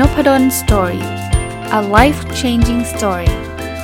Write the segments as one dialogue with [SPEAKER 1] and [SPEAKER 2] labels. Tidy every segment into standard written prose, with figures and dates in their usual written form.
[SPEAKER 1] Noppadan Story. A life-changing story.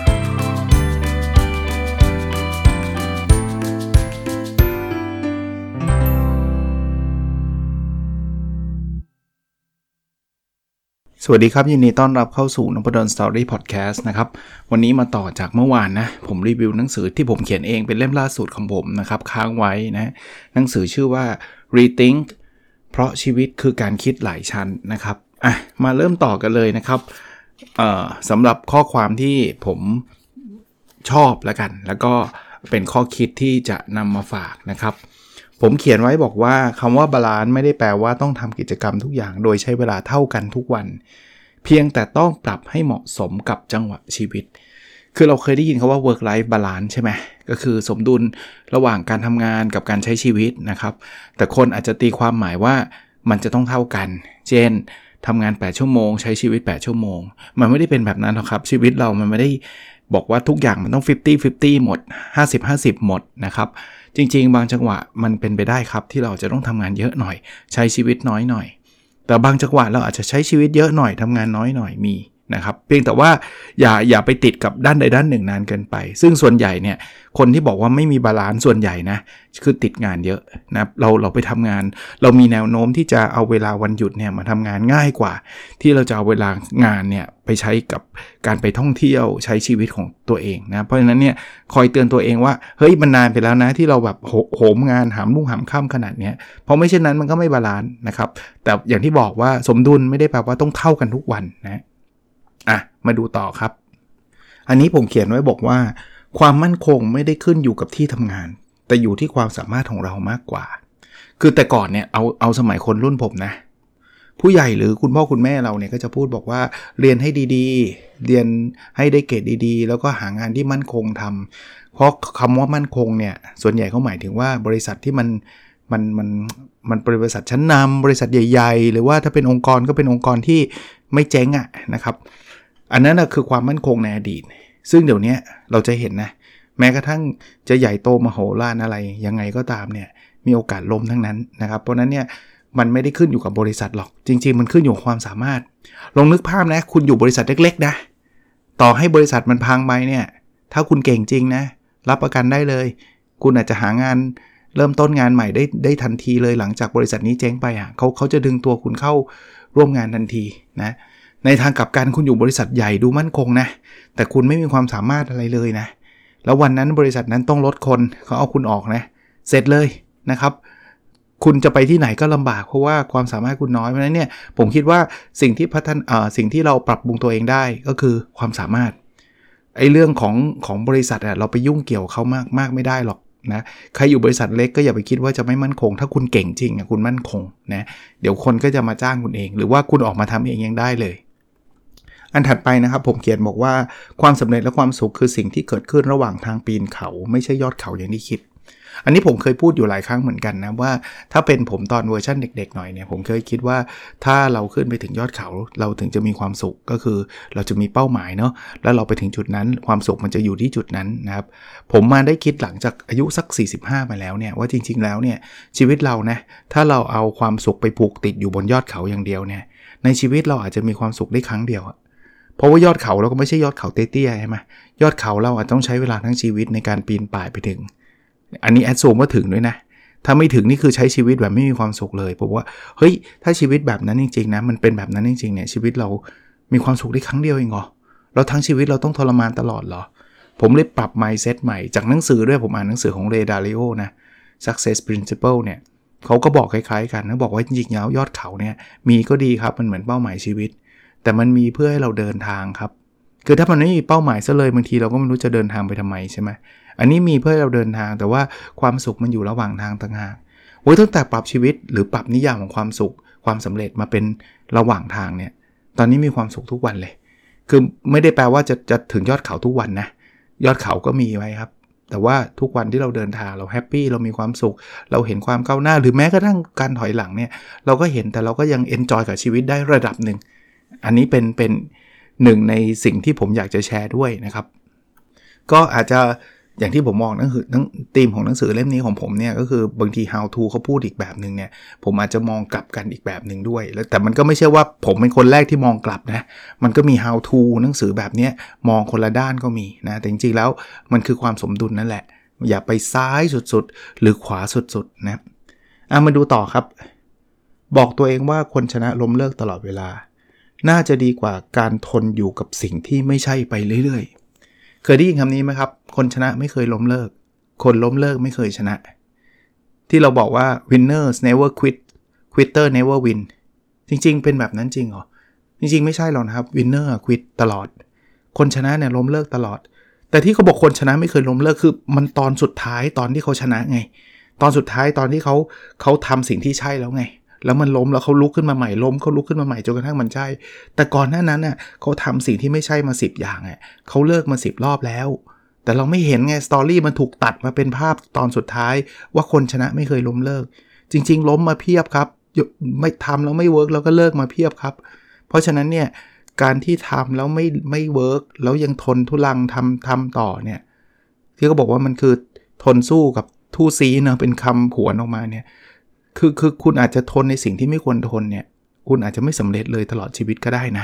[SPEAKER 2] สวัสดีครับยินดีต้อนรับเข้าสู่ Noppadan Story Podcast นะครับวันนี้มาต่อจากเมื่อวานนะผมรีวิวหนังสือที่ผมเขียนเองเป็นเล่มล่าสุดของผมนะครับค้างไว้นะหนังสือชื่อว่า Rethink เพราะชีวิตคือการคิดหลายชั้นนะครับมาเริ่มต่อกันเลยนะครับสำหรับข้อความที่ผมชอบแล้วก็เป็นข้อคิดที่จะนำมาฝากนะครับผมเขียนไว้บอกว่าคำว่าบาลานซ์ไม่ได้แปลว่าต้องทำกิจกรรมทุกอย่างโดยใช้เวลาเท่ากันทุกวันเพียงแต่ต้องปรับให้เหมาะสมกับจังหวะชีวิตคือเราเคยได้ยินคำว่า work life balance ใช่ไหมก็คือสมดุลระหว่างการทำงานกับการใช้ชีวิตนะครับแต่คนอาจจะตีความหมายว่ามันจะต้องเท่ากันเช่นทำงาน8ชั่วโมงใช้ชีวิต8ชั่วโมงมันไม่ได้เป็นแบบนั้นหรอกครับชีวิตเรามันไม่ได้บอกว่าทุกอย่างมันต้อง50-50หมด50-50หมดนะครับจริงๆบางจังหวะมันเป็นไปได้ครับที่เราจะต้องทำงานเยอะหน่อยใช้ชีวิตน้อยหน่อยแต่บางจังหวะเราอาจจะใช้ชีวิตเยอะหน่อยทำงานน้อยหน่อยมีนะครับเพียงแต่ว่าอย่าไปติดกับด้านใดด้านหนึ่งนานเกินไปซึ่งส่วนใหญ่เนี่ยคนที่บอกว่าไม่มีบาลานซ์ส่วนใหญ่นะคือติดงานเยอะนะเราไปทำงานเรามีแนวโน้มที่จะเอาเวลาวันหยุดเนี่ยมาทำงานง่ายกว่าที่เราจะเอาเวลางานเนี่ยไปใช้กับการไปท่องเที่ยวใช้ชีวิตของตัวเองนะเพราะฉะนั้นเนี่ยคอยเตือนตัวเองว่าเฮ้ยมันนานไปแล้วนะที่เราแบบโหมงานหามรุ่งหามค่ำขนาดเนี้ยเพราะไม่เช่นนั้นมันก็ไม่บาลานซ์นะครับแต่อย่างที่บอกว่าสมดุลไม่ได้แปลว่าต้องเท่ากันทุกวันนะมาดูต่อครับอันนี้ผมเขียนไว้บอกว่าความมั่นคงไม่ได้ขึ้นอยู่กับที่ทำงานแต่อยู่ที่ความสามารถของเรามากกว่าคือแต่ก่อนเนี่ยเอาสมัยคนรุ่นผมนะผู้ใหญ่หรือคุณพ่อคุณแม่เราเนี่ยก็จะพูดบอกว่าเรียนให้ดีๆเรียนให้ได้เกรดดีๆแล้วก็หางานที่มั่นคงทำเพราะคำว่ามั่นคงเนี่ยส่วนใหญ่เขาหมายถึงว่าบริษัทที่มันบริษัทชั้นนำบริษัทใหญ่ๆหรือว่าถ้าเป็นองค์กรก็เป็นองค์กรที่ไม่เจ๊งนะครับอันนั้นคือความมั่นคงในอดีตซึ่งเดี๋ยวนี้เราจะเห็นนะแม้กระทั่งจะใหญ่โตมโหฬารอะไรยังไงก็ตามเนี่ยมีโอกาสล้มทั้งนั้นนะครับเพราะนั้นเนี่ยมันไม่ได้ขึ้นอยู่กับบริษัทหรอกจริงๆมันขึ้นอยู่กับความสามารถลองนึกภาพนะคุณอยู่บริษัทเล็กๆนะต่อให้บริษัทมันพังไปเนี่ยถ้าคุณเก่งจริงนะรับประกันได้เลยคุณอาจจะหางานเริ่มต้นงานใหม่ได้ทันทีเลยหลังจากบริษัทนี้เจ๊งไปเขาจะดึงตัวคุณเข้าร่วมงานทันทีนะในทางกลับกันคุณอยู่บริษัทใหญ่ดูมั่นคงนะแต่คุณไม่มีความสามารถอะไรเลยนะแล้ววันนั้นบริษัทนั้นต้องลดคนเขาเอาคุณออกนะเสร็จเลยนะครับคุณจะไปที่ไหนก็ลำบากเพราะว่าความสามารถคุณน้อยเพราะฉะนั้นเนี่ยผมคิดว่าสิ่งที่เราปรับปรุงตัวเองได้ก็คือความสามารถไอ้เรื่องของบริษัทเราไปยุ่งเกี่ยวเขามากไม่ได้หรอกนะใครอยู่บริษัทเล็กก็อย่าไปคิดว่าจะไม่มั่นคงถ้าคุณเก่งจริงคุณมั่นคงนะเดี๋ยวคนก็จะมาจ้างคุณเองหรือว่าคุณออกมาทำเองยังได้เลยอันถัดไปนะครับผมเขียนบอกว่าความสำเร็จและความสุขคือสิ่งที่เกิดขึ้นระหว่างทางปีนเขาไม่ใช่ยอดเขาอย่างที่คิดอันนี้ผมเคยพูดอยู่หลายครั้งเหมือนกันนะว่าถ้าเป็นผมตอนเวอร์ชันเด็กๆหน่อยเนี่ยผมเคยคิดว่าถ้าเราขึ้นไปถึงยอดเขาเราถึงจะมีความสุขก็คือเราจะมีเป้าหมายเนาะแล้วเราไปถึงจุดนั้นความสุขมันจะอยู่ที่จุดนั้นนะครับผมมาได้คิดหลังจากอายุสัก45มาแล้วเนี่ยว่าจริงๆแล้วเนี่ยชีวิตเรานะถ้าเราเอาความสุขไปผูกติดอยู่บนยอดเขาอย่างเดียวเนี่ยในชีวิตเราอาจจะมีความสุขได้ครั้งเดียวเพราะว่ายอดเขาเราก็ไม่ใช่ยอดเขาเตี้ยๆใช่ไหมยอดเขาเราอาจต้องใช้เวลาทั้งชีวิตในการปีนป่ายไปถึงอันนี้แอดซูมว่าถึงด้วยนะถ้าไม่ถึงนี่คือใช้ชีวิตแบบไม่มีความสุขเลยผมว่าเฮ้ยถ้าชีวิตแบบนั้นจริงๆนะมันเป็นแบบนั้นจริงๆเนี่ยชีวิตเรามีความสุขได้ครั้งเดียวเองเหรอแล้วทั้งชีวิตเราต้องทรมานตลอดเหรอผมเลยปรับ mindset ใหม่จากหนังสือด้วยผมอ่านหนังสือของเรย์ดาริโอนะ Success Principle เนี่ยเขาก็บอกคล้ายๆกันนะบอกว่าจริงๆแล้วยอดเขาเนี่ยมีก็ดีครับมันเหมือนเป้าหมายชีวิตแต่มันมีเพื่อให้เราเดินทางครับคือถ้ามันไม่มีเป้าหมายซะเลยบางทีเราก็ไม่รู้จะเดินทางไปทำไมใช่ไหมอันนี้มีเพื่อให้เราเดินทางแต่ว่าความสุขมันอยู่ระหว่างทางต่างหากตั้งแต่ปรับชีวิตหรือปรับนิยามของความสุขความสำเร็จมาเป็นระหว่างทางเนี่ยตอนนี้มีความสุขทุกวันเลยคือไม่ได้แปลว่าจะถึงยอดเขาทุกวันนะยอดเขาก็มีไว้ครับแต่ว่าทุกวันที่เราเดินทางเราแฮปปี้เรามีความสุขเราเห็นความก้าวหน้าหรือแม้กระทั่งการถอยหลังเนี่ยเราก็เห็นแต่เราก็ยังเอนจอยกับชีวิตได้ระดับนึงอันนี้เป็นหนึ่งในสิ่งที่ผมอยากจะแชร์ด้วยนะครับก็อาจจะอย่างที่ผมมองนั่นคือทั้งธีมของหนังสือเล่มนี้ของผมเนี่ยก็คือบางที how to เขาพูดอีกแบบนึงเนี่ยผมอาจจะมองกลับกันอีกแบบนึงด้วยแล้วแต่มันก็ไม่ใช่ว่าผมเป็นคนแรกที่มองกลับนะมันก็มี how to หนังสือแบบนี้มองคนละด้านก็มีนะแต่จริงๆแล้วมันคือความสมดุลนั่นแหละอย่าไปซ้ายสุดๆหรือขวาสุดๆนะมาดูต่อครับบอกตัวเองว่าคนชนะล้มเลิกตลอดเวลาน่าจะดีกว่าการทนอยู่กับสิ่งที่ไม่ใช่ไปเรื่อยๆเคยได้ยินคำนี้ไหมครับคนชนะไม่เคยล้มเลิกคนล้มเลิกไม่เคยชนะที่เราบอกว่า winners never quit quitter never win จริงๆเป็นแบบนั้นจริงเหรอจริงๆไม่ใช่หรอกนะครับ winner quit ตลอดคนชนะเนี่ยล้มเลิกตลอดแต่ที่เขาบอกคนชนะไม่เคยล้มเลิกคือมันตอนสุดท้ายตอนที่เขาชนะไงตอนสุดท้ายตอนที่เขาทำสิ่งที่ใช่แล้วไงแล้วมันล้มแล้วเขาลุกขึ้นมาใหม่ล้มเขาลุกขึ้นมาใหม่จนกระทั่งมันใช่แต่ก่อนหน้านั้นน่ะเขาทำสิ่งที่ไม่ใช่มา10อย่างอ่ะเขาเลิกมา10รอบแล้วแต่เราไม่เห็นไงสตอรี่มันถูกตัดมาเป็นภาพตอนสุดท้ายว่าคนชนะไม่เคยล้มเลิกจริงๆล้มมาเพียบครับไม่ทำแล้วไม่เวิร์กแล้วก็เลิกมาเพียบครับเพราะฉะนั้นเนี่ยการที่ทำแล้วไม่เวิร์กแล้วยังทนทุลังทำต่อเนี่ยที่เขาบอกว่ามันคือทนสู้กับทู่ซีเนาะเป็นคำผวนออกมาเนี่ยคือคุณอาจจะทนในสิ่งที่ไม่ควรทนเนี่ยคุณอาจจะไม่สำเร็จเลยตลอดชีวิตก็ได้นะ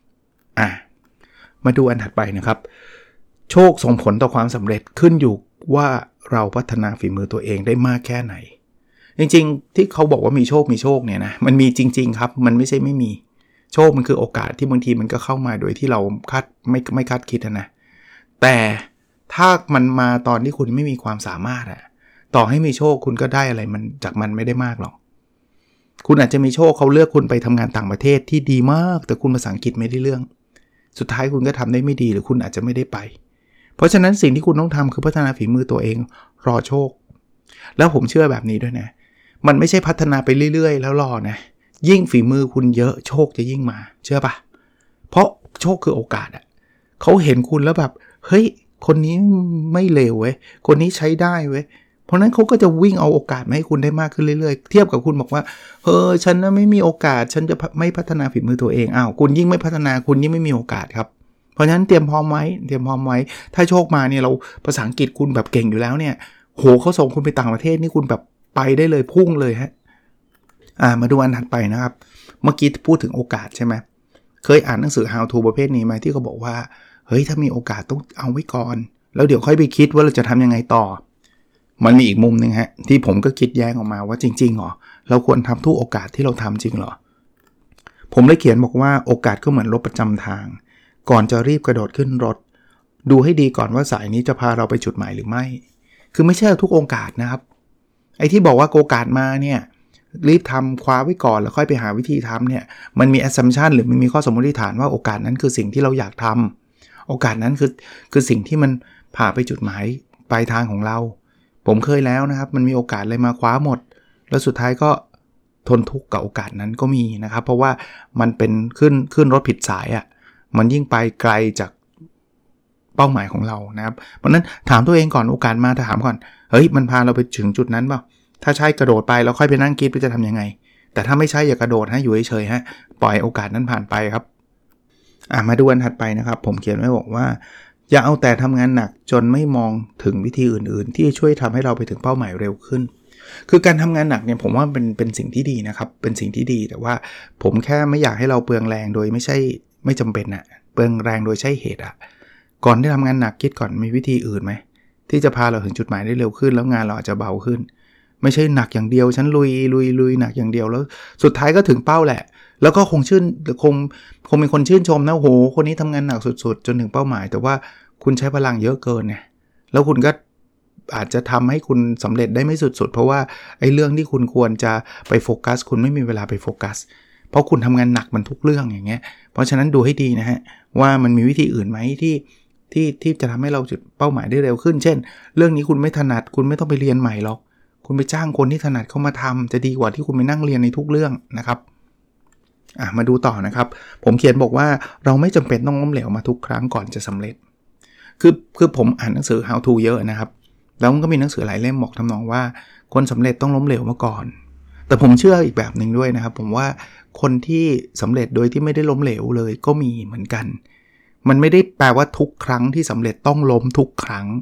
[SPEAKER 2] มาดูอันถัดไปนะครับโชคส่งผลต่อความสำเร็จขึ้นอยู่ว่าเราพัฒนาฝีมือตัวเองได้มากแค่ไหนจริงๆที่เขาบอกว่ามีโชคเนี่ยนะมันมีจริงๆครับมันไม่ใช่ไม่มีโชคมันคือโอกาสที่บางทีมันก็เข้ามาโดยที่เราไม่คาดคิดนะแต่ถ้ามันมาตอนที่คุณไม่มีความสามารถต่อให้มีโชคคุณก็ได้อะไรมันจากมันไม่ได้มากหรอกคุณอาจจะมีโชคเขาเลือกคุณไปทำงานต่างประเทศที่ดีมากแต่คุณภาษาอังกฤษไม่ได้เรื่องสุดท้ายคุณก็ทำได้ไม่ดีหรือคุณอาจจะไม่ได้ไปเพราะฉะนั้นสิ่งที่คุณต้องทำคือพัฒนาฝีมือตัวเองรอโชคแล้วผมเชื่อแบบนี้ด้วยนะมันไม่ใช่พัฒนาไปเรื่อยๆแล้วรอนะยิ่งฝีมือคุณเยอะโชคจะยิ่งมาเชื่อปะเพราะโชคคือโอกาสเขาเห็นคุณแล้วแบบเฮ้ยคนนี้ไม่เลวเว้ยคนนี้ใช้ได้เว้ยเพราะนั้นเขาก็จะวิ่งเอาโอกาสมาให้คุณได้มากขึ้นเรื่อยๆเทียบกับคุณบอกว่าฉันน่ะไม่มีโอกาสฉันจะไม่พัฒนาฝีมือตัวเองคุณยิ่งไม่พัฒนาคุณยิ่งไม่มีโอกาสครับเพราะฉะนั้นเตรียมพร้อมไว้ถ้าโชคมาเนี่ยเราภาษาอังกฤษคุณแบบเก่งอยู่แล้วเนี่ยโหเขาส่งคุณไปต่างประเทศนี่คุณแบบไปได้เลยพุ่งเลยฮะมาดูอันถัดไปนะครับเมื่อกี้พูดถึงโอกาสใช่ไหมเคยอ่านหนังสือ how to ประเภทนี้ไหมที่เขาบอกว่าเฮ้ยถ้ามีโอกาสต้องเอาไว้ก่อนแล้วเดี๋ยวค่อยไปคิดว่าเราจะทำยังไงต่อมันมีอีกมุมนึงฮะที่ผมก็คิดแย้งออกมาว่าจริงๆเหรอเราควรทำทุกโอกาสที่เราทำจริงเหรอผมเลยเขียนบอกว่าโอกาสก็เหมือนรถประจำทางก่อนจะรีบกระโดดขึ้นรถดูให้ดีก่อนว่าสายนี้จะพาเราไปจุดหมายหรือไม่คือไม่ใช่ทุกโอกาสนะครับไอ้ที่บอกว่าโอกาสมาเนี่ยรีบทำคว้าไว้ก่อนแล้วค่อยไปหาวิธีทำเนี่ยมันมี assumption หรือมันมีข้อสมมติฐานว่าโอกาสนั้นคือสิ่งที่เราอยากทำโอกาสนั้นคือสิ่งที่มันพาไปจุดหมายปลายทางของเราผมเคยแล้วนะครับมันมีโอกาสอะไรมาคว้าหมดแล้วสุดท้ายก็ทนทุกข์กับโอกาสนั้นก็มีนะครับเพราะว่ามันเป็นขึ้นรถผิดสายมันยิ่งไปไกลจากเป้าหมายของเรานะครับเพราะนั้นถามตัวเองก่อนโอกาสมาถามก่อนเฮ้ยมันพาเราไปถึงจุดนั้นเปล่าถ้าใช่กระโดดไปแล้วค่อยไปนั่งคิดว่าจะทำยังไงแต่ถ้าไม่ใช่อย่ากระโดดอยู่เฉยๆปล่อยโอกาสนั้นผ่านไปครับมาดูอันถัดไปนะครับผมเขียนไว้บอกว่าอย่าเอาแต่ทำงานหนักจนไม่มองถึงวิธีอื่นๆที่ช่วยทำให้เราไปถึงเป้าหมายเร็วขึ้นคือการทำงานหนักเนี่ยผมว่าเป็นสิ่งที่ดีนะครับเป็นสิ่งที่ดีแต่ว่าผมแค่ไม่อยากให้เราเปลืองแรงโดยไม่จำเป็นเปลืองแรงโดยใช่เหตุก่อนที่ทำงานหนักคิดก่อนมีวิธีอื่นไหมที่จะพาเราถึงจุดหมายได้เร็วขึ้นแล้วงานเราอาจจะเบาขึ้นไม่ใช่หนักอย่างเดียวฉันลุยหนักอย่างเดียวแล้วสุดท้ายก็ถึงเป้าแหละแล้วก็คงเป็นคนชื่นชมนะโหคนนี้ทำงานหนักสุดๆจนถึงเป้าหมายแต่ว่าคุณใช้พลังเยอะเกินเนี่ยแล้วคุณก็อาจจะทำให้คุณสำเร็จได้ไม่สุดๆเพราะว่าไอ้เรื่องที่คุณควรจะไปโฟกัสคุณไม่มีเวลาไปโฟกัสเพราะคุณทำงานหนักมันทุกเรื่องอย่างเงี้ยเพราะฉะนั้นดูให้ดีนะฮะว่ามันมีวิธีอื่นไหมที่จะทำให้เราจุดเป้าหมายได้เร็วขึ้นเช่นเรื่องนี้คุณไม่ถนัดคุณไม่ต้องไปเรียนใหม่หรอกคุณไปจ้างคนที่ถนัดเข้ามาทำจะดีกว่าที่คุณไปนั่งเรียนในทุกเรื่องนะครับมาดูต่อนะครับผมเขียนบอกว่าเราไม่จำเป็นต้องล้มเหลวมาทุกครั้งก่อนจะสำเร็จคือผมอ่านหนังสือ how to เยอะนะครับแล้วมันก็มีหนังสือหลายเล่มบอกทำนองว่าคนสำเร็จต้องล้มเหลวมาก่อนแต่ผมเชื่ออีกแบบนึงด้วยนะครับผมว่าคนที่สำเร็จโดยที่ไม่ได้ล้มเหลวเลยก็มีเหมือนกันมันไม่ได้แปลว่าทุกครั้งที่สำเร็จต้องล้มทุกครั้ง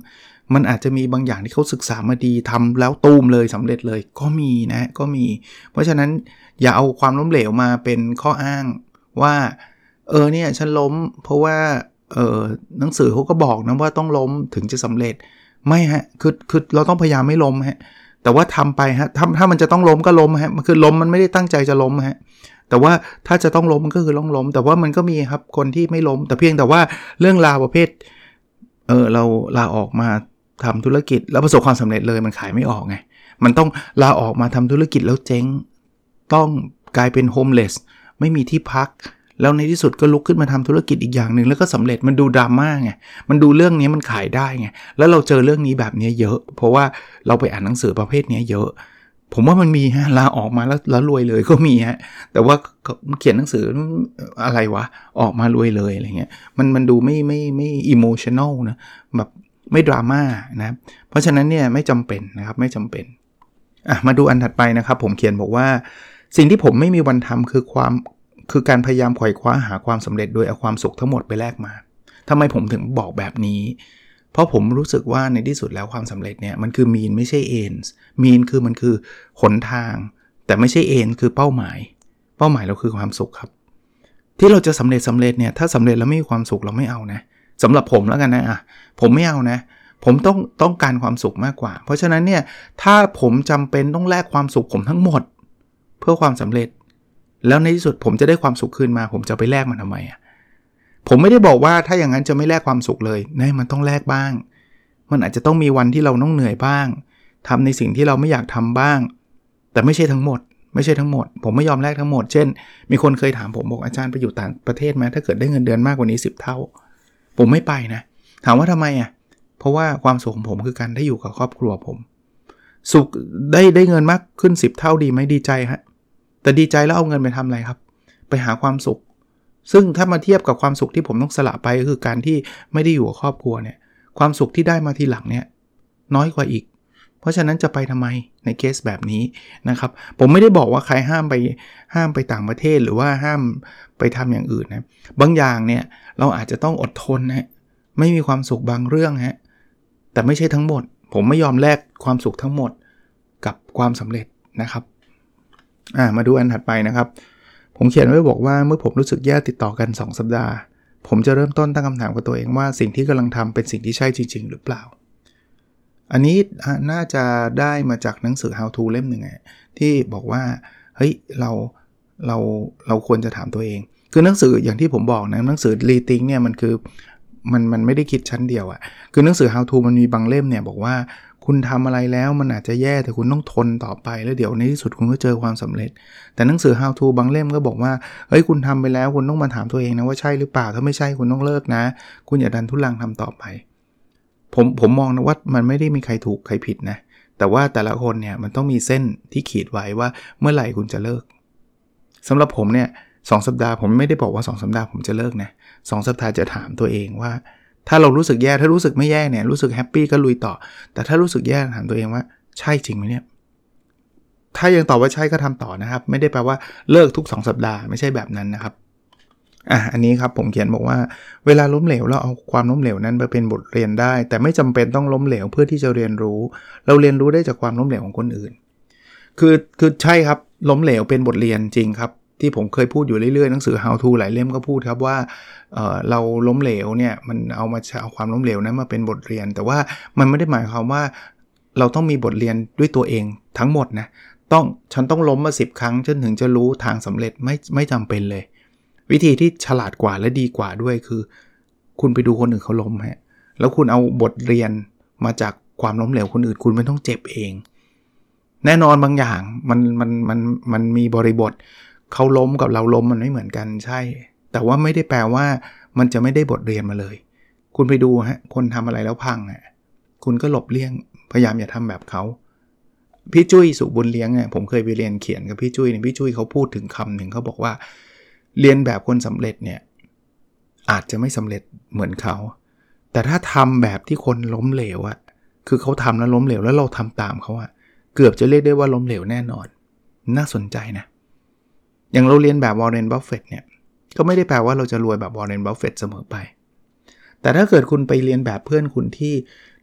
[SPEAKER 2] มันอาจจะมีบางอย่างที่เขาศึกษามาดีทำแล้วตูมเลยสำเร็จเลยก็มีนะก็มีเพราะฉะนั้นอย่าเอาความล้มเหลวมาเป็นข้ออ้างว่าเนี่ยฉันล้มเพราะว่าหนังสือเขาก็บอกนะว่าต้องล้มถึงจะสำเร็จไม่ฮะคือเราต้องพยายามไม่ล้มฮะแต่ว่าทำไปฮะถ้ามันจะต้องล้มก็ล้มฮะมันคือล้มมันไม่ได้ตั้งใจจะล้มฮะแต่ว่าถ้าจะต้องล้มมันก็คือต้องล้มแต่ว่ามันก็มีครับคนที่ไม่ล้มแต่เพียงแต่ว่าเรื่องราวประเภทเราลาออกมาทำธุรกิจแล้วประสบความสำเร็จเลยมันขายไม่ออกไงมันต้องลาออกมาทำธุรกิจแล้วเจ๊งต้องกลายเป็นโฮมเลสไม่มีที่พักแล้วในที่สุดก็ลุกขึ้นมาทำธุรกิจอีกอย่างนึงแล้วก็สำเร็จมันดูดราม่าไงมันดูเรื่องนี้มันขายได้ไงแล้วเราเจอเรื่องนี้แบบนี้เยอะเพราะว่าเราไปอ่านหนังสือประเภทนี้เยอะผมว่ามันมีฮะลาออกมาแล้วรวยเลยก็มีฮะแต่ว่าเขียนหนังสืออะไรวะออกมารวยเลยอะไรเงี้ยมันดูไม่อิโมชันนอลนะแบบไม่ดราม่านะเพราะฉะนั้นเนี่ยไม่จำเป็นนะครับไม่จำเป็นมาดูอันถัดไปนะครับผมเขียนบอกว่าสิ่งที่ผมไม่มีวันทำคือการพยายามไขว่คว้าหาความสำเร็จโดยเอาความสุขทั้งหมดไปแลกมาทำไมผมถึงบอกแบบนี้เพราะผมรู้สึกว่าในที่สุดแล้วความสำเร็จเนี่ยมันคือมีนไม่ใช่เอนส์มีนคือมันคือหนทางแต่ไม่ใช่เอนคือเป้าหมายเราคือความสุขครับที่เราจะสำเร็จเนี่ยถ้าสำเร็จแล้วไม่มีความสุขเราไม่เอานะสำหรับผมแล้วกันนะผมไม่เอานะผมต้องการความสุขมากกว่าเพราะฉะนั้นเนี่ยถ้าผมจำเป็นต้องแลกความสุขผมทั้งหมดเพื่อความสำเร็จแล้วในที่สุดผมจะได้ความสุขคืนมาผมจะไปแลกมันทำไมผมไม่ได้บอกว่าถ้าอย่างนั้นจะไม่แลกความสุขเลยนะมันต้องแลกบ้างมันอาจจะต้องมีวันที่เราต้องเหนื่อยบ้างทำในสิ่งที่เราไม่อยากทำบ้างแต่ไม่ใช่ทั้งหมดผมไม่ยอมแลกทั้งหมดเช่นมีคนเคยถามผมบอกอาจารย์ไปอยู่ต่างประเทศไหมถ้าเกิดได้เงินเดือนมากกว่านี้10เท่าผมไม่ไปนะถามว่าทำไมเพราะว่าความสุขของผมคือการได้อยู่กับครอบครัวผมสุขได้เงินมากขึ้น10เท่าดีไหมดีใจฮะแต่ดีใจแล้วเอาเงินไปทำอะไรครับไปหาความสุขซึ่งถ้ามาเทียบกับความสุขที่ผมต้องสละไปก็คือการที่ไม่ได้อยู่กับครอบครัวเนี่ยความสุขที่ได้มาทีหลังเนี่ยน้อยกว่าอีกเพราะฉะนั้นจะไปทำไมในเคสแบบนี้นะครับผมไม่ได้บอกว่าใครห้ามไปต่างประเทศหรือว่าห้ามไปทำอย่างอื่นนะบางอย่างเนี่ยเราอาจจะต้องอดทนนะไม่มีความสุขบางเรื่องฮะแต่ไม่ใช่ทั้งหมดผมไม่ยอมแลกความสุขทั้งหมดกับความสำเร็จนะครับมาดูอันถัดไปนะครับผมเขียนไว้บอกว่าเมื่อผมรู้สึกแย่ติดต่อกัน2สัปดาห์ผมจะเริ่มต้นตั้งคำถามกับตัวเองว่าสิ่งที่กำลังทำเป็นสิ่งที่ใช่จริงๆหรือเปล่าอันนี้น่าจะได้มาจากหนังสือ How to เล่มหนึ่งที่บอกว่าเฮ้ยเราควรจะถามตัวเองคือหนังสืออย่างที่ผมบอกนะหนังสือ Rethink เนี่ยมันคือมันไม่ได้คิดชั้นเดียวคือหนังสือ How to มันมีบางเล่มเนี่ยบอกว่าคุณทำอะไรแล้วมันอาจจะแย่แต่คุณต้องทนต่อไปแล้วเดี๋ยวในที่สุดคุณก็เจอความสำเร็จแต่หนังสือ How to บางเล่มก็บอกว่าเฮ้ยคุณทำไปแล้วคุณต้องมาถามตัวเองนะว่าใช่หรือเปล่าถ้าไม่ใช่คุณต้องเลิกนะคุณอย่าดันทุรังทำต่อไปผมมองนะว่ามันไม่ได้มีใครถูกใครผิดนะแต่ว่าแต่ละคนเนี่ยมันต้องมีเส้นที่ขีดไว้ว่าเมื่อไหร่คุณจะเลิกสำหรับผมเนี่ย2สัปดาห์ผมไม่ได้บอกว่า2สัปดาห์ผมจะเลิกนะ2สัปดาห์จะถามตัวเองว่าถ้าเรารู้สึกแย่ถ้ารู้สึกไม่แย่เนี่ยรู้สึกแฮปปี้ก็ลุยต่อแต่ถ้ารู้สึกแย่ถามตัวเองว่าใช่จริงไหมเนี่ยถ้ายังตอบว่าใช่ก็ทำต่อนะครับไม่ได้แปลว่าเลิกทุก2สัปดาห์ไม่ใช่แบบนั้นนะครับอันนี้ครับผมเขียนบอกว่าเวลาล้มเหลวเราเอาความล้มเหลวนั้นมาเป็นบทเรียนได้แต่ไม่จำเป็นต้องล้มเหลวเพื่อที่จะเรียนรู้เราเรียนรู้ได้จากความล้มเหลวของคนอื่นคือใช่ครับล้มเหลวเป็นบทเรียนจริงครับที่ผมเคยพูดอยู่เรื่อยๆหนังสือ How to หลายเล่มก็พูดครับว่าเราล้มเหลวเนี่ยมันเอาความล้มเหลวนั้นมาเป็นบทเรียนแต่ว่ามันไม่ได้หมายความว่าเราต้องมีบทเรียนด้วยตัวเองทั้งหมดนะฉันต้องล้มมา10ครั้งจนถึงจะรู้ทางสำเร็จไม่จำเป็นเลยวิธีที่ฉลาดกว่าและดีกว่าด้วยคือคุณไปดูคนอื่นเขาล้มฮะแล้วคุณเอาบทเรียนมาจากความล้มเหลวคนอื่นคุณไม่ต้องเจ็บเองแน่นอนบางอย่างมันมีบริบทเขาล้มกับเราล้มมันไม่เหมือนกันใช่แต่ว่าไม่ได้แปลว่ามันจะไม่ได้บทเรียนมาเลยคุณไปดูฮะคนทำอะไรแล้วพังคุณก็หลบเลี่ยงพยายามอย่าทำแบบเขาพี่จุ้ยสุบุญเลี้ยงผมเคยไปเรียนเขียนกับพี่จุ้ยพี่จุ้ยเขาพูดถึงคำหนึ่งเขาบอกว่าเรียนแบบคนสำเร็จเนี่ยอาจจะไม่สำเร็จเหมือนเขาแต่ถ้าทำแบบที่คนล้มเหลวคือเขาทำแล้วล้มเหลวแล้วเราทำตามเขาเกือบจะเรียกได้ว่าล้มเหลวแน่นอนน่าสนใจนะอย่างเราเรียนแบบวอร์เรน บัฟเฟตต์เนี่ยก็ไม่ได้แปลว่าเราจะรวยแบบวอร์เรน บัฟเฟตต์เสมอไปแต่ถ้าเกิดคุณไปเรียนแบบเพื่อนคุณที่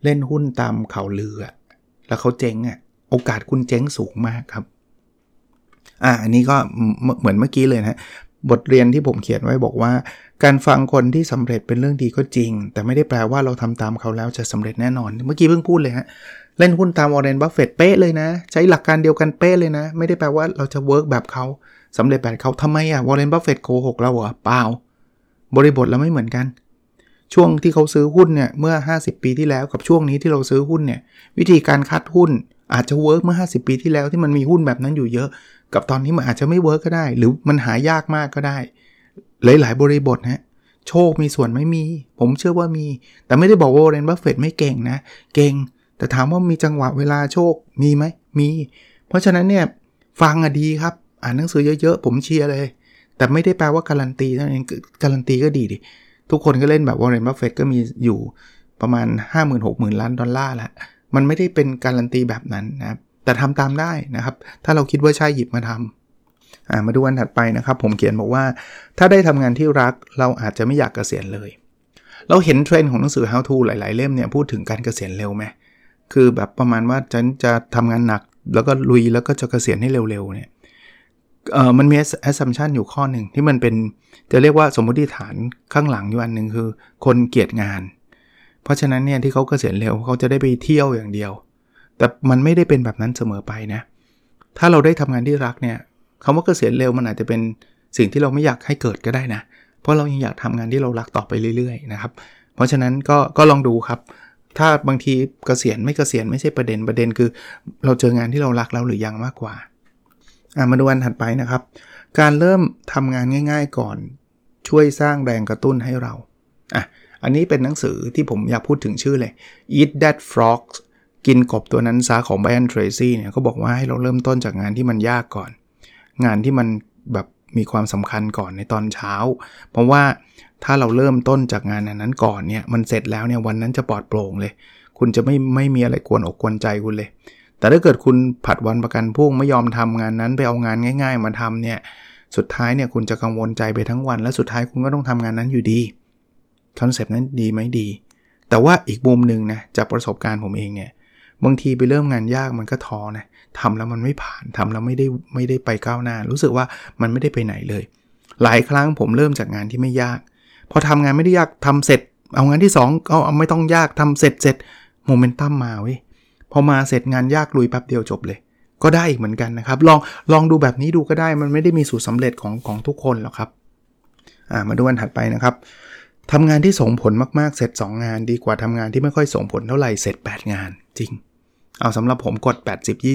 [SPEAKER 2] เล่นหุ้นตามข่าวลือแล้วเขาเจ๊งโอกาสคุณเจ๊งสูงมากครับอันนี้ก็เหมือนเมื่อกี้เลยนะบทเรียนที่ผมเขียนไว้บอกว่าการฟังคนที่สำเร็จเป็นเรื่องดีก็จริงแต่ไม่ได้แปลว่าเราทำตามเขาแล้วจะสำเร็จแน่นอนเมื่อกี้เพิ่งพูดเลยฮะเล่นหุ้นตามวอร์เรน บัฟเฟตต์เป๊ะเลยนะใช้หลักการเดียวกันเป๊ะเลยนะไม่ได้แปลว่าเราจะเวิร์กแบบเขาสำเร็จแบบเขาทำไมวอร์เรน บัฟเฟตต์โกหกเราเหรอเปล่าบริบทเราไม่เหมือนกันช่วงที่เขาซื้อหุ้นเนี่ยเมื่อ50ปีที่แล้วกับช่วงนี้ที่เราซื้อหุ้นเนี่ยวิธีการคัดหุ้นอาจจะเวิร์กเมื่อ50ปีที่แล้วที่มันมีหุ้นแบบนั้นอยู่เยอะกับตอนนี้มันอาจจะไม่เวิร์กก็ได้หรือมันหายากมากก็ได้หลายๆบริบทนะโชคมีส่วนไม่มีผมเชื่อว่ามีแต่ไม่ได้บอกว่าวอร์เรน บัฟเฟตต์ไม่เก่งนะเก่งแต่ถามว่ามีจังหวะเวลาโชคมีไหมมีเพราะฉะนั้นเนี่ยฟังดีครับอ่านหนังสือเยอะๆผมเชียร์เลยแต่ไม่ได้แปลว่าการันตีนั่นเองการันตีก็ดีดิทุกคนก็เล่นแบบวอร์เรน บัฟเฟตต์ก็มีอยู่ประมาณ 50,000-60,000 ล้านดอลลาร์แล้วมันไม่ได้เป็นการันตีแบบนั้นนะครับแต่ทำตามได้นะครับถ้าเราคิดว่าใช่หยิบมาทำมาดูอันถัดไปนะครับผมเขียนบอกว่าถ้าได้ทำงานที่รักเราอาจจะไม่อยากเกษียณเลยเราเห็นเทรนด์ของหนังสือ How to หลายๆเล่มเนี่ยพูดถึงการเกษียณเร็วไหมคือแบบประมาณว่าฉันจะทำงานหนักแล้วก็ลุยแล้วก็จะเกษียณให้เร็วๆเนี่ยมันมี assumption อยู่ข้อหนึ่งที่มันเป็นจะเรียกว่าสมมติฐานข้างหลังอยู่อันนึงคือคนเกลียดงานเพราะฉะนั้นเนี่ยที่เขาเกษียณเร็วเขาจะได้ไปเที่ยวอย่างเดียวแต่มันไม่ได้เป็นแบบนั้นเสมอไปนะถ้าเราได้ทำงานที่รักเนี่ยคำว่าเกษียณเร็วมันอาจจะเป็นสิ่งที่เราไม่อยากให้เกิดก็ได้นะเพราะเรายังอยากทำงานที่เรารักต่อไปเรื่อยๆนะครับเพราะฉะนั้นก็ลองดูครับถ้าบางทีเกษียณไม่เกษียณไม่ใช่ประเด็นคือเราเจองานที่เรารักแล้วหรือยังมากกว่ามาดูอันถัดไปนะครับการเริ่มทำงานง่ายๆก่อนช่วยสร้างแรงกระตุ้นให้เราอันนี้เป็นหนังสือที่ผมอยากพูดถึงชื่อเลย Eat That Frog กินกบตัวนั้นซะของ Brian Tracy เนี่ยเขาบอกว่าให้เราเริ่มต้นจากงานที่มันยากก่อนงานที่มันแบบมีความสำคัญก่อนในตอนเช้าเพราะว่าถ้าเราเริ่มต้นจากงานนั้นก่อนเนี่ยมันเสร็จแล้วเนี่ยวันนั้นจะปลอดโปร่งเลยคุณจะไม่มีอะไรกวนอกกวนใจคุณเลยแต่ถ้าเกิดคุณผัดวันประกันพรุ่งไม่ยอมทำงานนั้นไปเอางานง่ายๆมาทำเนี่ยสุดท้ายเนี่ยคุณจะกังวลใจไปทั้งวันและสุดท้ายคุณก็ต้องทำงานนั้นอยู่ดีคอนเซปต์นั้นดีไหมดีแต่ว่าอีกมุมนึงนะจากประสบการณ์ผมเองเนี่ยบางทีไปเริ่มงานยากมันก็ท้อนะทำแล้วมันไม่ผ่านทำแล้วไม่ได้ไปก้าวหน้ารู้สึกว่ามันไม่ได้ไปไหนเลยหลายครั้งผมเริ่มจากงานที่ไม่ยากพอทำงานไม่ได้ยากทำเสร็จเอางานที่2เอาไม่ต้องยากทำเสร็จโมเมนตัมมาเว้ยพอมาเสร็จงานยากลุยแป๊บเดียวจบเลยก็ได้อีกเหมือนกันนะครับลองดูแบบนี้ดูก็ได้มันไม่ได้มีสูตรสำเร็จของทุกคนหรอกครับมาดูอันถัดไปนะครับทำงานที่ส่งผลมากๆเสร็จ2งานดีกว่าทำงานที่ไม่ค่อยส่งผลเท่าไหร่เสร็จ8งานจริงเอาสำหรับผมกด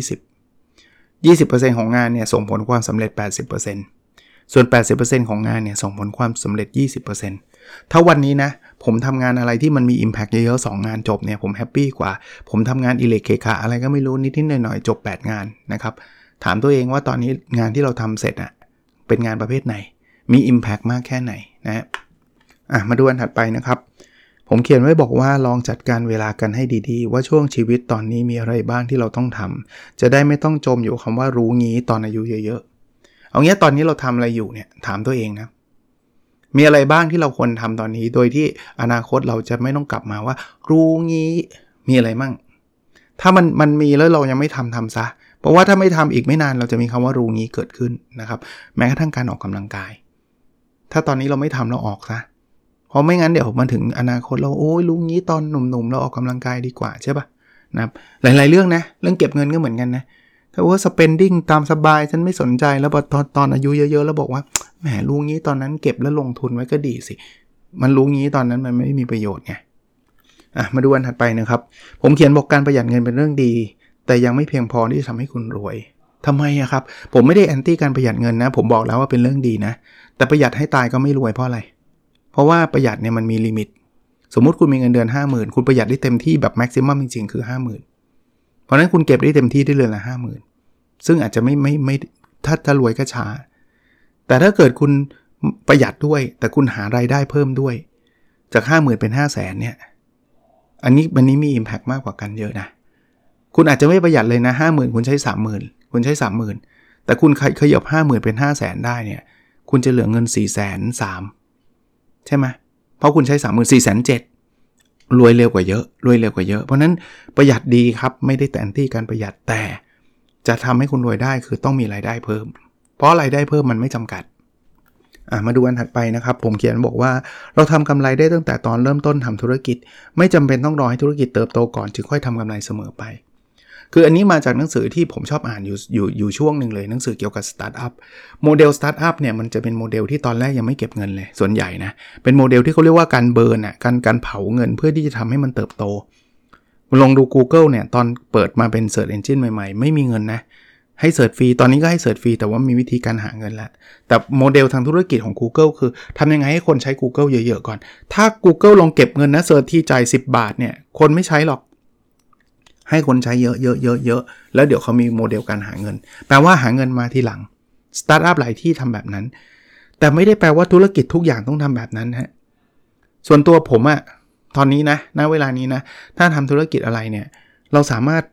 [SPEAKER 2] 20% ของงานเนี่ยส่งผลความสำเร็จ 80% ส่วน 80% ของงานเนี่ยส่งผลความสำเร็จ 20% ถ้าวันนี้นะผมทำงานอะไรที่มันมี impact เยอะๆ2งานจบเนี่ยผมแฮปปี้กว่าผมทำงานอิเล็กเคคะอะไรก็ไม่รู้นิดๆหน่อยๆจบ8งานนะครับถามตัวเองว่าตอนนี้งานที่เราทำเสร็จเป็นงานประเภทไหนมี impact มากแค่ไหนนะมาดูอันถัดไปนะครับผมเขียนไว้บอกว่าลองจัดการเวลากันให้ดีๆว่าช่วงชีวิตตอนนี้มีอะไรบ้างที่เราต้องทำจะได้ไม่ต้องจมอยู่คำว่ารู้งี้ตอนอายุเยอะๆเอางี้ตอนนี้เราทำอะไรอยู่เนี่ยถามตัวเองนะมีอะไรบ้างที่เราควรทำตอนนี้โดยที่อนาคตเราจะไม่ต้องกลับมาว่ารู้งี้มีอะไรมั่งถ้ามันมีแล้วเรายังไม่ทำซะเพราะว่าถ้าไม่ทำอีกไม่นานเราจะมีคำว่ารู้งี้เกิดขึ้นนะครับแม้กระทั่งการออกกำลังกายถ้าตอนนี้เราไม่ทำเราออกซะเพราะไม่งั้นเดี๋ยวมาถึงอนาคตเราโอ้ยรู้งี้ตอนหนุ่มๆเราออกกำลังกายดีกว่าใช่ป่ะนะครับหลายๆเรื่องนะเรื่องเก็บเงินก็เหมือนกันนะถ้าว่า spending ตามสบายฉันไม่สนใจแล้วตอนอายุเยอะๆแล้วบอกว่าแหมรู้งี้ตอนนั้นเก็บแล้วลงทุนไว้ก็ดีสิมันรู้งี้ตอนนั้นมันไม่มีประโยชน์ไงมาดูอันถัดไปนะครับผมเขียนบอกการประหยัดเงินเป็นเรื่องดีแต่ยังไม่เพียงพอที่จะทำให้คุณรวยทำไมครับผมไม่ได้แอนตี้การประหยัดเงินนะผมบอกแล้วว่าเป็นเรื่องดีนะแต่ประหยัดให้ตายก็ไม่รวยเพราะอะไรเพราะว่าประหยัดเนี่ยมันมีลิมิตสมมุติคุณมีเงินเดือน 50,000 คุณประหยัดได้เต็มที่แบบแม็กซิมัมจริงๆคือ 50,000 เพราะนั้นคุณเก็บได้เต็มที่ได้เดือนละ 50,000 ซึ่งอาจจะไม่ถ้ารวยก็ช้าแต่ถ้าเกิดคุณประหยัดด้วยแต่คุณหารายได้เพิ่มด้วยจาก 50,000 เป็น 500,000 เนี่ยอันนี้มี impact มากกว่ากันเยอะนะคุณอาจจะไม่ประหยัดเลยนะ 50,000 คุณใช้ 30,000 คุณใช้ 30,000 แต่คุณขยับ 50,000 เป็น 500,000 ได้เนี่ยคุณจะเหลือเงิน 430,000 ใช่ไหมเพราะคุณใช้ 34,700,000 รวยเร็วกว่าเยอะเพราะนั้นประหยัดดีครับไม่ได้แอนตี้การประหยัดแต่จะทำให้คุณรวยได้คือต้องมีรายได้เพิ่มเพราะรายได้เพิ่มมันไม่จำกัดมาดูอันถัดไปนะครับผมเขียนบอกว่าเราทำกำไรได้ตั้งแต่ตอนเริ่มต้นทำธุรกิจไม่จำเป็นต้องรอให้ธุรกิจเติบโตก่อนจึงค่อยทำกำไรเสมอไปคืออันนี้มาจากหนังสือที่ผมชอบอ่านอยู่ช่วงนึงเลยหนังสือเกี่ยวกับสตาร์ทอัพโมเดลสตาร์ทอัพเนี่ยมันจะเป็นโมเดลที่ตอนแรกยังไม่เก็บเงินเลยส่วนใหญ่นะเป็นโมเดลที่เขาเรียกว่าการเบิร์นการเผาเงินเพื่อที่จะทำให้มันเติบโตลองดู Google เนี่ยตอนเปิดมาเป็น Search Engine ใหม่ๆไม่มีเงินนะให้เสิร์ชฟรีตอนนี้ก็ให้เสิร์ชฟรีแต่ว่ามีวิธีการหาเงินแล้วแต่โมเดลทางธุรกิจของ Google คือทำยังไงให้คนใช้ Google เยอะๆก่อนถ้า Google ลองเก็บเงินนะเสิร์ชที่จ่าย10 บาทเนี่ยคนไม่ใช้หรอกให้คนใช้เยอะๆๆแล้วเดี๋ยวเขามีโมเดลการหาเงินแปลว่าหาเงินมาทีหลังสตาร์ทอัพหลายที่ทำแบบนั้นแต่ไม่ได้แปลว่าธุรกิจทุกอย่างต้องทำแบบนั้นฮะส่วนตัวผมตอนนี้นะณเวลานี้นะถ้าทำธุรกิจอะไรเนี่ยเราสามารถ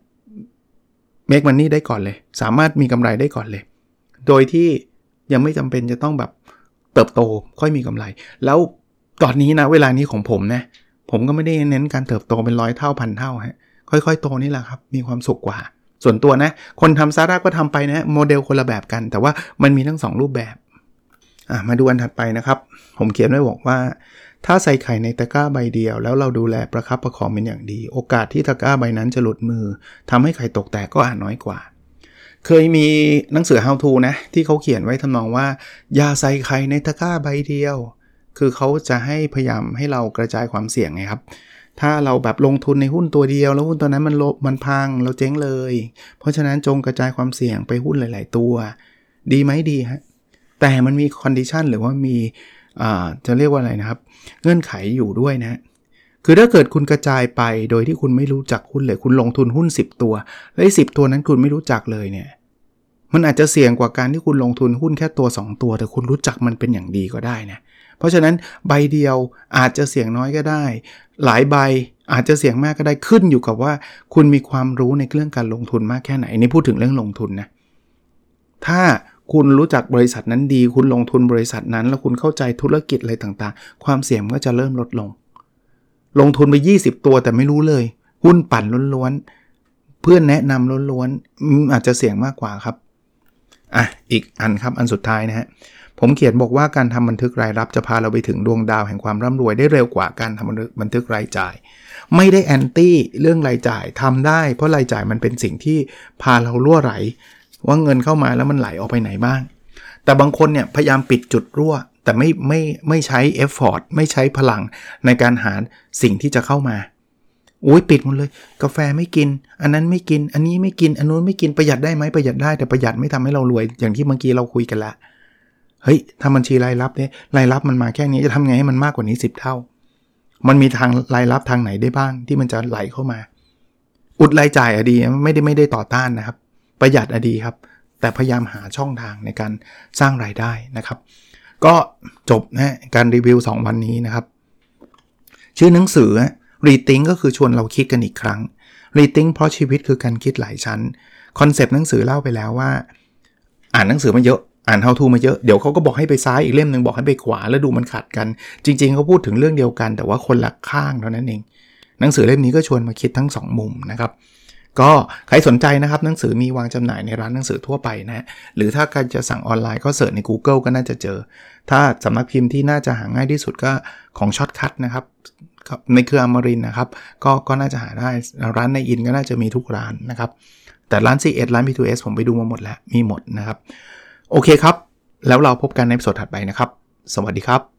[SPEAKER 2] make money ได้ก่อนเลยสามารถมีกำไรได้ก่อนเลยโดยที่ยังไม่จำเป็นจะต้องแบบเติบโตค่อยมีกำไรแล้วตอนนี้นะเวลานี้ของผมนะผมก็ไม่ได้เน้นการเติบโตเป็น100 เท่า 1,000 เท่าฮะค่อยๆโตนี่แหละครับมีความสุขกว่าส่วนตัวนะคนทำสตาร์ทอัพก็ทำไปนะโมเดลคนละแบบกันแต่ว่ามันมีทั้ง2รูปแบบมาดูอันถัดไปนะครับผมเขียนไว้บอกว่าถ้าใส่ไข่ในตะกร้าใบเดียวแล้วเราดูแลประคับประคองเป็นอย่างดีโอกาสที่ตะกร้าใบนั้นจะหลุดมือทำให้ไข่ตกแตกก็อาจน้อยกว่าเคยมีหนังสือ How to นะที่เขาเขียนไว้ทำนองว่าอย่าใส่ไข่ในตะกร้าใบเดียวคือเขาจะให้พยายามให้เรากระจายความเสี่ยงไงครับถ้าเราแบบลงทุนในหุ้นตัวเดียวแล้วหุ้นตัวนั้นมันพังเราเจ๊งเลยเพราะฉะนั้นจงกระจายความเสี่ยงไปหุ้นหลายๆตัวดีไหมดีฮะแต่มันมีคอนดิชันหรือว่ามีจะเรียกว่าอะไรนะครับเงื่อนไขอยู่ด้วยนะคือถ้าเกิดคุณกระจายไปโดยที่คุณไม่รู้จักหุ้นเลยคุณลงทุนหุ้น10ตัวแล้ว10ตัวนั้นคุณไม่รู้จักเลยเนี่ยมันอาจจะเสี่ยงกว่าการที่คุณลงทุนหุ้นแค่ตัว2ตัวแต่คุณรู้จักมันเป็นอย่างดีก็ได้นะเพราะฉะนั้นใบเดียวอาจจะเสี่ยงน้อยก็ได้หลายใบอาจจะเสี่ยงมากก็ได้ขึ้นอยู่กับว่าคุณมีความรู้ในเรื่องการลงทุนมากแค่ไหนนี่พูดถึงเรื่องลงทุนนะถ้าคุณรู้จักบริษัทนั้นดีคุณลงทุนบริษัทนั้นแล้วคุณเข้าใจธุรกิจอะไรต่างๆความเสี่ยงก็จะเริ่มลดลงทุนไป20ตัวแต่ไม่รู้เลยหุ้นปั่นล้วนๆเพื่อนแนะนำล้วนๆอาจจะเสี่ยงมากกว่าครับอีกอันครับอันสุดท้ายนะฮะผมเขียนบอกว่าการทำบันทึกรายรับจะพาเราไปถึงดวงดาวแห่งความร่ำรวยได้เร็วกว่าการทำบันทึกรายจ่ายไม่ได้แอนตี้เรื่องรายจ่ายทำได้เพราะรายจ่ายมันเป็นสิ่งที่พาเรารั่วไหลว่าเงินเข้ามาแล้วมันไหลออกไปไหนบ้างแต่บางคนเนี่ยพยายามปิดจุดรั่วแต่ไม่ใช้เอฟฟอร์ตไม่ใช้พลังในการหาสิ่งที่จะเข้ามาปิดหมดเลยกาแฟไม่กินอันนั้นไม่กินอันนี้ไม่กินอันนู้นไม่กินประหยัดได้ไหมประหยัดได้แต่ประหยัดไม่ทำให้เรารวยอย่างที่เมื่อกี้เราคุยกันละเฮ้ยทำบัญชีรายรับเนี่ยรายรับมันมาแค่นี้จะทำไงให้มันมากกว่านี้10 เท่ามันมีทางรายรับทางไหนได้บ้างที่มันจะไหลเข้ามาอุดรายจ่ายดีไม่ได้ต่อต้านนะครับประหยัดดีครับแต่พยายามหาช่องทางในการสร้างรายได้นะครับก็จบนะการรีวิว2วันนี้นะครับชื่อหนังสือ Rethink ก็คือชวนเราคิดกันอีกครั้ง Rethink เพราะชีวิตคือการคิดหลายชั้นคอนเซปต์หนังสือเล่าไปแล้วว่าอ่านหนังสือมาเยอะอ่าน How to มาเยอะเดี๋ยวเขาก็บอกให้ไปซ้ายอีกเล่มนึงบอกให้ไปขวาแล้วดูมันขัดกันจริงๆเขาพูดถึงเรื่องเดียวกันแต่ว่าคนละข้างเท่านั้นเองหนังสือเล่มนี้ก็ชวนมาคิดทั้ง2มุมนะครับก็ใครสนใจนะครับหนังสือมีวางจำหน่ายในร้านหนังสือทั่วไปนะหรือถ้าใครจะสั่งออนไลน์ก็เสิร์ชใน Google ก็น่าจะเจอถ้าสำนักพิมพ์ที่น่าจะหาง่ายที่สุดก็ของช็อตคัทนะครับในเครืออมรินทร์นะครับก็น่าจะหาได้ร้านในอินก็น่าจะมีทุกร้านนะครับแต่ร้าน C1 ร้าน B2S ผมไปดูมาหมดแล้วมีหมดนะครับโอเคครับแล้วเราพบกันในตอนถัดไปนะครับสวัสดีครับ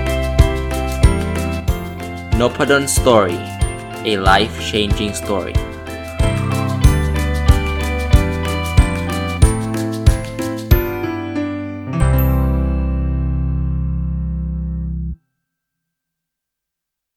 [SPEAKER 3] Nopadon Story, a life-changing story.